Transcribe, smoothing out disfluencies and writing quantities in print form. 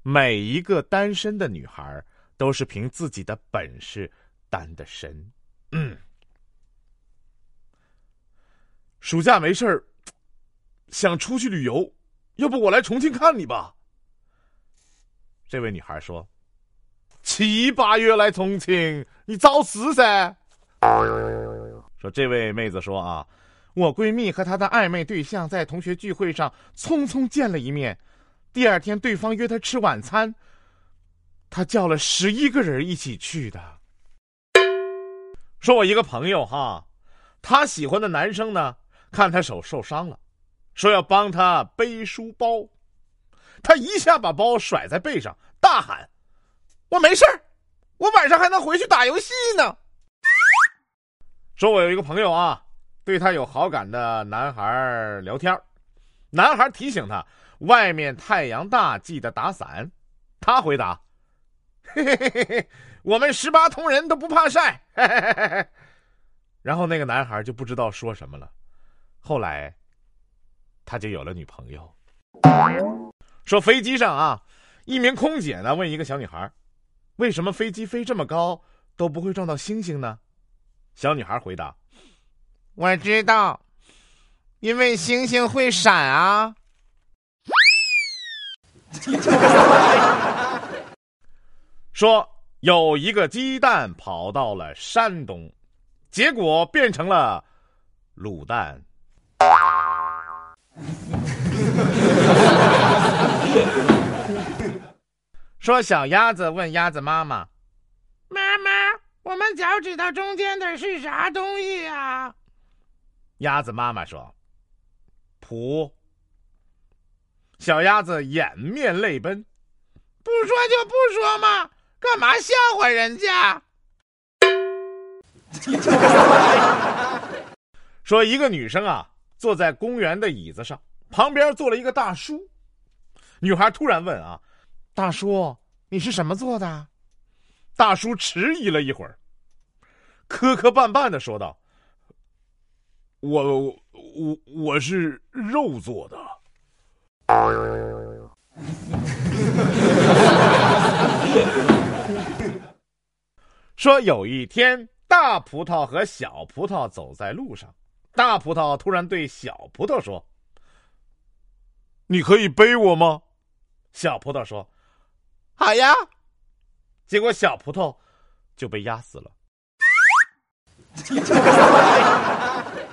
每一个单身的女孩都是凭自己的本事单的身。暑假没事儿，想出去旅游，要不我来重庆看你吧。这位女孩说：7、8月来重庆，你找事噻。说这位妹子说啊，我闺蜜和她的暧昧对象在同学聚会上匆匆见了一面，第二天对方约她吃晚餐，她叫了11个人一起去的。说我一个朋友哈，他喜欢的男生呢，看他手受伤了，说要帮他背书包，他一下把包甩在背上，大喊：我没事儿，我晚上还能回去打游戏呢。说我有一个朋友啊，对他有好感的男孩聊天，男孩提醒他外面太阳大，记得打伞。他回答：嘿嘿嘿嘿，我们18铜人都不怕晒。嘿嘿嘿嘿。然后那个男孩就不知道说什么了，后来他就有了女朋友。说飞机上啊，一名空姐呢问一个小女孩，为什么飞机飞这么高都不会撞到星星呢？小女孩回答：我知道，因为星星会闪啊。说有一个鸡蛋跑到了山东，结果变成了卤蛋。说小鸭子问鸭子妈妈：妈妈，我们脚趾头中间的是啥东西啊？鸭子妈妈说：蹼。小鸭子掩面泪奔：不说就不说嘛，干嘛笑话人家？说一个女生啊，坐在公园的椅子上，旁边坐了一个大叔。女孩突然问啊，大叔，你是什么做的？大叔迟疑了一会儿，磕磕绊绊地说道：我是肉做的。说有一天，大葡萄和小葡萄走在路上，大葡萄突然对小葡萄说：你可以背我吗？小葡萄说：好呀。结果小葡萄就被压死了。